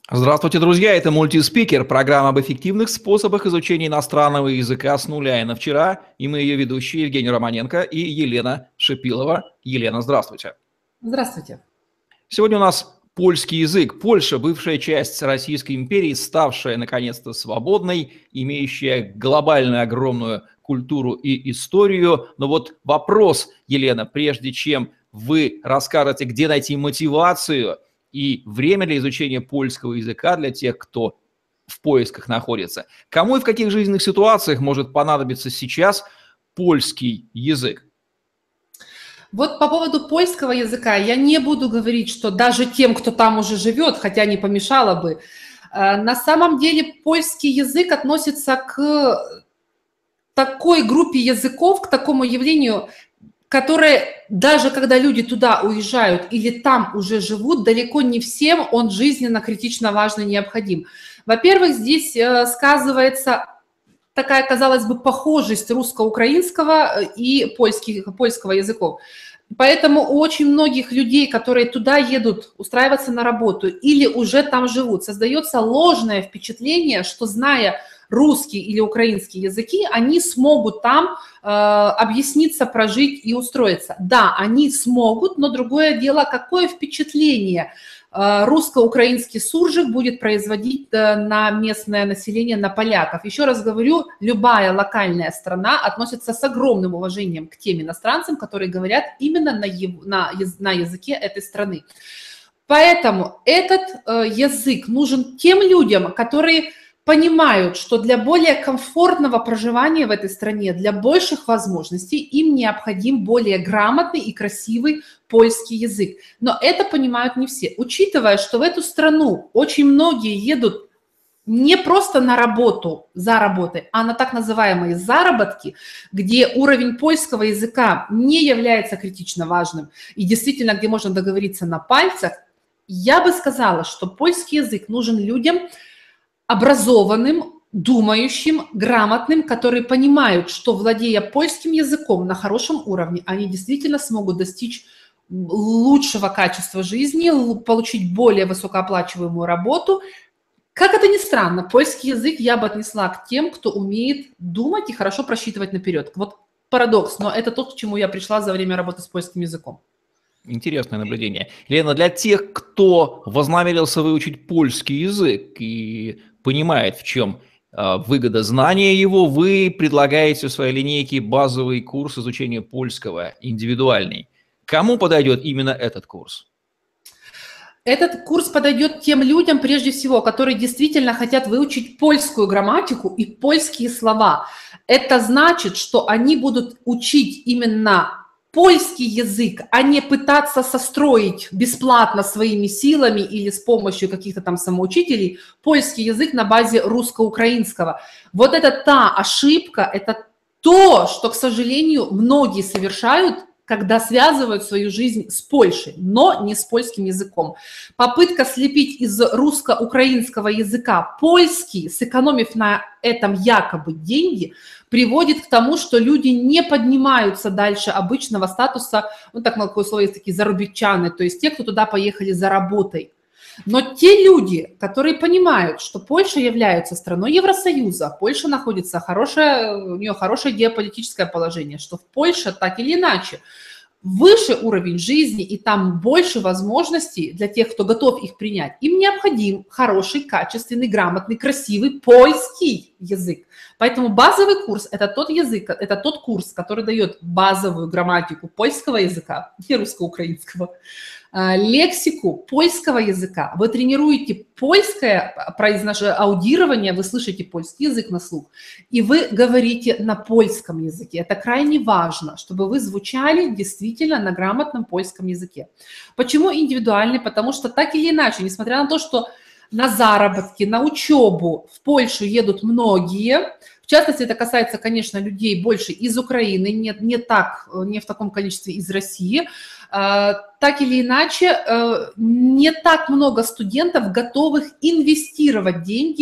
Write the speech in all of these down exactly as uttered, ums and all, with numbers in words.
Здравствуйте, друзья! Это «Мультиспикер», программа об эффективных способах изучения иностранного языка с нуля и на вчера. И мы ее ведущие Евгений Романенко и Елена Шипилова. Елена, здравствуйте. Здравствуйте. Сегодня у нас польский язык. Польша – бывшая часть Российской империи, ставшая наконец-то свободной, имеющая глобальную огромную культуру и историю. Но вот вопрос, Елена, прежде чем вы расскажете, где найти мотивацию и время для изучения польского языка для тех, кто в поисках находится. Кому и в каких жизненных ситуациях может понадобиться сейчас польский язык? Вот по поводу польского языка я не буду говорить, что даже тем, кто там уже живет, хотя не помешало бы. На самом деле польский язык относится к такой группе языков, к такому явлению, которое даже когда люди туда уезжают или там уже живут, далеко не всем он жизненно критично важный, необходим. Во-первых, здесь сказывается такая, казалось бы, похожесть русско-украинского и польских, польского языков. Поэтому у очень многих людей, которые туда едут устраиваться на работу или уже там живут, создается ложное впечатление, что, зная русский или украинский языки, они смогут там э, объясниться, прожить и устроиться. Да, они смогут, но другое дело, какое впечатление э, русско-украинский суржик будет производить э, на местное население, на поляков. Еще раз говорю, любая локальная страна относится с огромным уважением к тем иностранцам, которые говорят именно на, на, на языке этой страны. Поэтому этот э, язык нужен тем людям, которые понимают, что для более комфортного проживания в этой стране, для больших возможностей им необходим более грамотный и красивый польский язык. Но это понимают не все. Учитывая, что в эту страну очень многие едут не просто на работу, за работой, а на так называемые заработки, где уровень польского языка не является критично важным и действительно, где можно договориться на пальцах, я бы сказала, что польский язык нужен людям образованным, думающим, грамотным, которые понимают, что, владея польским языком на хорошем уровне, они действительно смогут достичь лучшего качества жизни, получить более высокооплачиваемую работу. Как это ни странно, польский язык я бы отнесла к тем, кто умеет думать и хорошо просчитывать наперед. Вот парадокс, но это то, к чему я пришла за время работы с польским языком. Интересное наблюдение. Лена, для тех, кто вознамерился выучить польский язык и понимает, в чем э, выгода знания его, вы предлагаете в своей линейке базовый курс изучения польского, индивидуальный. Кому подойдет именно этот курс? Этот курс подойдет тем людям, прежде всего, которые действительно хотят выучить польскую грамматику и польские слова. Это значит, что они будут учить именно польский язык, а не пытаться состроить бесплатно своими силами или с помощью каких-то там самоучителей польский язык на базе русско-украинского. Вот это та ошибка, это то, что, к сожалению, многие совершают, когда связывают свою жизнь с Польшей, но не с польским языком. Попытка слепить из русско-украинского языка польский, сэкономив на этом якобы деньги, приводит к тому, что люди не поднимаются дальше обычного статуса, ну так такое слово есть, такие зарубичаны, то есть те, кто туда поехали за работой. Но те люди, которые понимают, что Польша является страной Евросоюза, Польша находится, хорошее, у нее хорошее геополитическое положение, что в Польше так или иначе выше уровень жизни и там больше возможностей для тех, кто готов их принять, им необходим хороший, качественный, грамотный, красивый польский язык. Поэтому базовый курс – это тот язык, это тот курс, который дает базовую грамматику польского языка, не русско-украинского, лексику польского языка. Вы тренируете польское произношение, аудирование, вы слышите польский язык на слух, и вы говорите на польском языке. Это крайне важно, чтобы вы звучали действительно на грамотном польском языке. Почему индивидуальный? Потому что так или иначе, несмотря на то, что на заработки, на учебу в Польшу едут многие. В частности, это касается, конечно, людей больше из Украины, не, не, так, не в таком количестве из России. Так или иначе, не так много студентов, готовых инвестировать деньги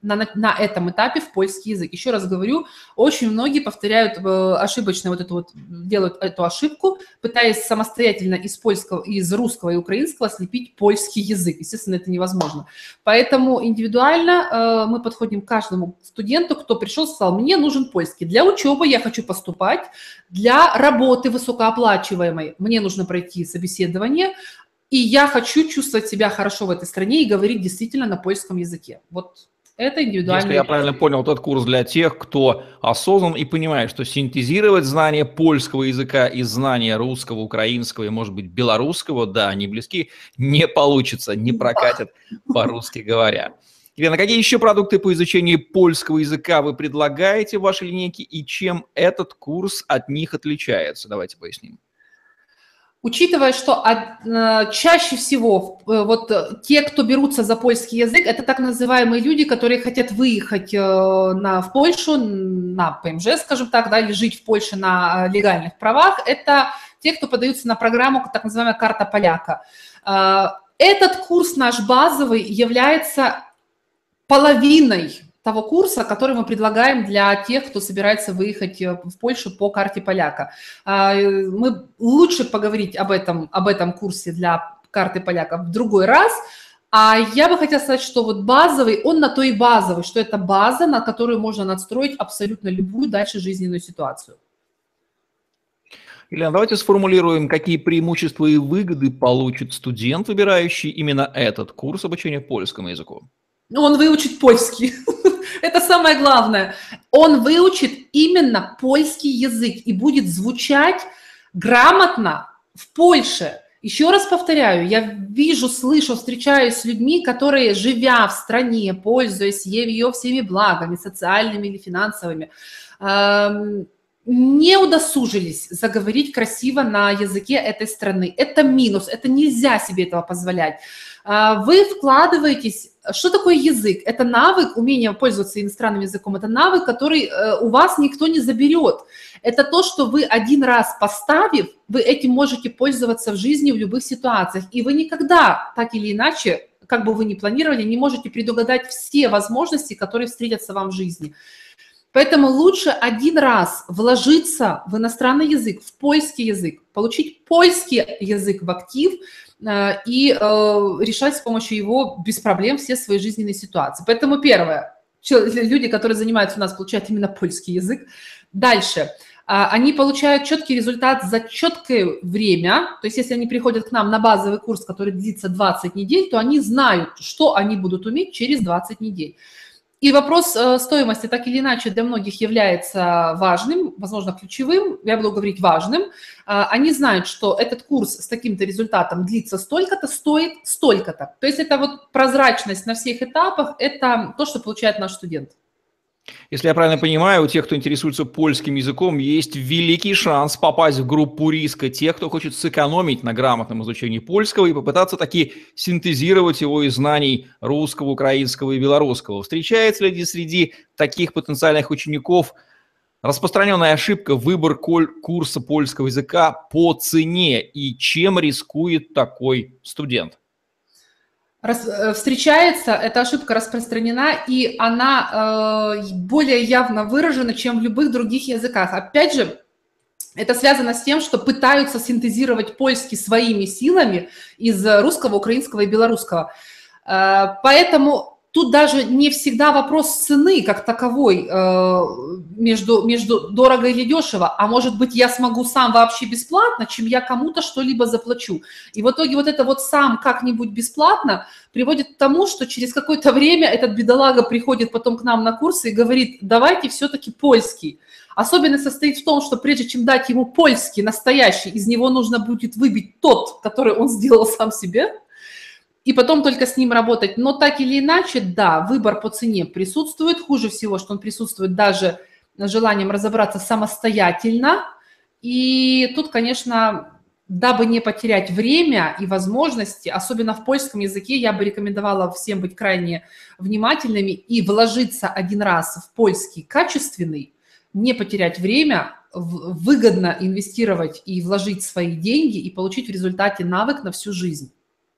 на, на этом этапе в польский язык. Еще раз говорю, очень многие повторяют ошибочно вот эту вот, делают эту ошибку, пытаясь самостоятельно из польского, из русского и украинского слепить польский язык. Естественно, это невозможно. Поэтому индивидуально мы подходим к каждому студенту, кто пришел, сказал, мне нужен польский. Для учебы я хочу поступать, для работы высокооплачиваемой мне нужно пройти собеседование, и я хочу чувствовать себя хорошо в этой стране и говорить действительно на польском языке. Вот это индивидуально. Если я правильно понял, этот курс для тех, кто осознан и понимает, что синтезировать знания польского языка и знания русского, украинского и, может быть, белорусского, да, они близки, не получится, не прокатят, по-русски говоря. Елена, какие еще продукты по изучению польского языка вы предлагаете в вашей линейке и чем этот курс от них отличается? Давайте поясним. Учитывая, что от, чаще всего вот те, кто берутся за польский язык, это так называемые люди, которые хотят выехать на, в Польшу на ПМЖ, скажем так, да, или жить в Польше на легальных правах, это те, кто подаются на программу, так называемая «Карта поляка». Этот курс наш базовый является половиной того курса, который мы предлагаем для тех, кто собирается выехать в Польшу по карте поляка. Мы лучше поговорить об этом, об этом курсе для карты поляка в другой раз. А я бы хотела сказать, что вот базовый, он на то и базовый, что это база, на которую можно надстроить абсолютно любую дальше жизненную ситуацию. Елена, давайте сформулируем, какие преимущества и выгоды получит студент, выбирающий именно этот курс обучения польскому языку. Он выучит польский. Это самое главное. Он выучит именно польский язык и будет звучать грамотно в Польше. Еще раз повторяю, я вижу, слышу, встречаюсь с людьми, которые, живя в стране, пользуясь ее всеми благами, социальными или финансовыми, не удосужились заговорить красиво на языке этой страны. Это минус, это нельзя себе этого позволять. Вы вкладываетесь... Что такое язык? Это навык, умение пользоваться иностранным языком, это навык, который у вас никто не заберет. Это то, что вы один раз поставив, вы этим можете пользоваться в жизни в любых ситуациях. И вы никогда, так или иначе, как бы вы ни планировали, не можете предугадать все возможности, которые встретятся вам в жизни. Поэтому лучше один раз вложиться в иностранный язык, в польский язык, получить польский язык в актив и решать с помощью его без проблем все свои жизненные ситуации. Поэтому первое, люди, которые занимаются у нас, получают именно польский язык. Дальше. Они получают четкий результат за четкое время. То есть если они приходят к нам на базовый курс, который длится двадцать недель, то они знают, что они будут уметь через двадцать недель. И вопрос стоимости так или иначе для многих является важным, возможно, ключевым, я буду говорить важным. Они знают, что этот курс с таким-то результатом длится столько-то, стоит столько-то. То есть это вот прозрачность на всех этапах, это то, что получает наш студент. Если я правильно понимаю, у тех, кто интересуется польским языком, есть великий шанс попасть в группу риска тех, кто хочет сэкономить на грамотном изучении польского и попытаться таки синтезировать его из знаний русского, украинского и белорусского. Встречается ли среди таких потенциальных учеников распространенная ошибка выбор курса польского языка по цене и чем рискует такой студент? Встречается, эта ошибка распространена, и она э, более явно выражена, чем в любых других языках. Опять же, это связано с тем, что пытаются синтезировать польский своими силами из русского, украинского и белорусского. Э, поэтому тут даже не всегда вопрос цены как таковой э, между, между дорого или дешево, а может быть я смогу сам вообще бесплатно, чем я кому-то что-либо заплачу. И в итоге вот это вот сам как-нибудь бесплатно приводит к тому, что через какое-то время этот бедолага приходит потом к нам на курсы и говорит, давайте все-таки польский. Особенность состоит в том, что прежде чем дать ему польский настоящий, из него нужно будет выбить тот, который он сделал сам себе, и потом только с ним работать. Но так или иначе, да, выбор по цене присутствует. Хуже всего, что он присутствует даже с желанием разобраться самостоятельно. И тут, конечно, дабы не потерять время и возможности, особенно в польском языке, я бы рекомендовала всем быть крайне внимательными и вложиться один раз в польский качественный, не потерять время, выгодно инвестировать и вложить свои деньги и получить в результате навык на всю жизнь.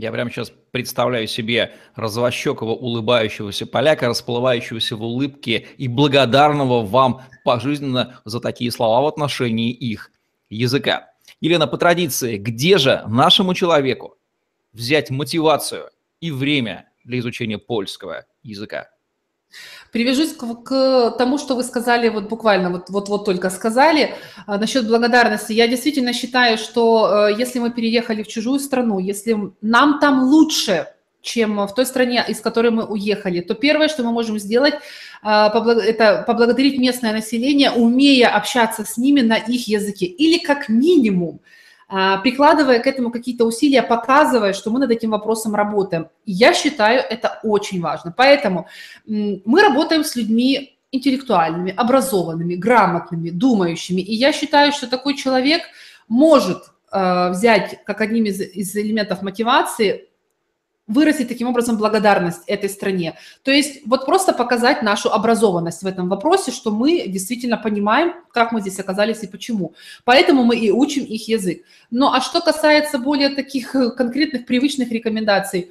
Я прямо сейчас представляю себе розовощекого улыбающегося поляка, расплывающегося в улыбке и благодарного вам пожизненно за такие слова в отношении их языка. Елена, по традиции, где же нашему человеку взять мотивацию и время для изучения польского языка? Привяжусь к, к тому, что вы сказали, вот буквально вот, вот, вот только сказали, а, насчет благодарности. Я действительно считаю, что э, если мы переехали в чужую страну, если нам там лучше, чем в той стране, из которой мы уехали, то первое, что мы можем сделать, э, поблаго- это поблагодарить местное население, умея общаться с ними на их языке. Или как минимум, а, прикладывая к этому какие-то усилия, показывая, что мы над этим вопросом работаем. И я считаю, это очень важно. Поэтому м, мы работаем с людьми интеллектуальными, образованными, грамотными, думающими. И я считаю, что такой человек может э, взять как одним из, из элементов мотивации выразить таким образом благодарность этой стране. То есть вот просто показать нашу образованность в этом вопросе, что мы действительно понимаем, как мы здесь оказались и почему. Поэтому мы и учим их язык. Ну а что касается более таких э, конкретных привычных рекомендаций,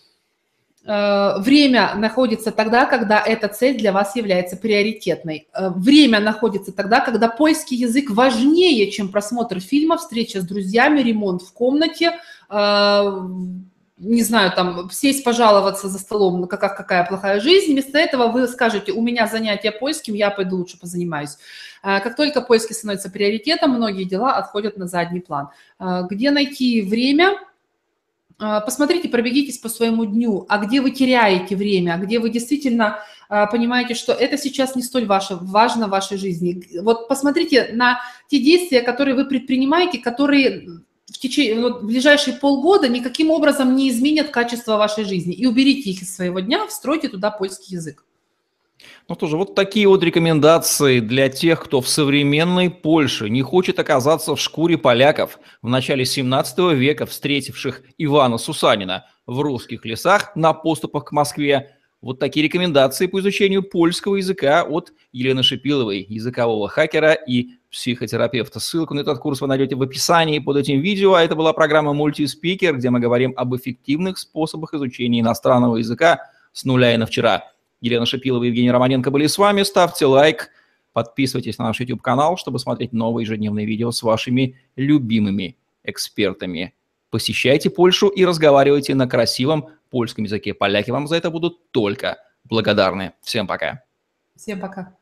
э, время находится тогда, когда эта цель для вас является приоритетной. Э, Время находится тогда, когда польский язык важнее, чем просмотр фильма, встреча с друзьями, ремонт в комнате, э, не знаю, там, сесть, пожаловаться за столом, какая, какая плохая жизнь. Вместо этого вы скажете, у меня занятия польским, я пойду лучше позанимаюсь. А, Как только польский становится приоритетом, многие дела отходят на задний план. А, Где найти время? А, Посмотрите, пробегитесь по своему дню, а где вы теряете время, а где вы действительно а, понимаете, что это сейчас не столь ваше, важно в вашей жизни. Вот посмотрите на те действия, которые вы предпринимаете, которые в течение, вот, в ближайшие полгода никаким образом не изменят качество вашей жизни. И уберите их из своего дня, встройте туда польский язык. Ну что же, вот такие вот рекомендации для тех, кто в современной Польше не хочет оказаться в шкуре поляков в начале семнадцатого века, встретивших Ивана Сусанина в русских лесах на подступах к Москве. Вот такие рекомендации по изучению польского языка от Елены Шипиловой, языкового хакера и психотерапевта. Ссылку на этот курс вы найдете в описании под этим видео. А это была программа «Мультиспикер», где мы говорим об эффективных способах изучения иностранного языка с нуля и на вчера. Елена Шипилова и Евгений Романенко были с вами. Ставьте лайк, подписывайтесь на наш YouTube-канал, чтобы смотреть новые ежедневные видео с вашими любимыми экспертами. Посещайте Польшу и разговаривайте на красивом польском языке. Поляки вам за это будут только благодарны. Всем пока. Всем пока.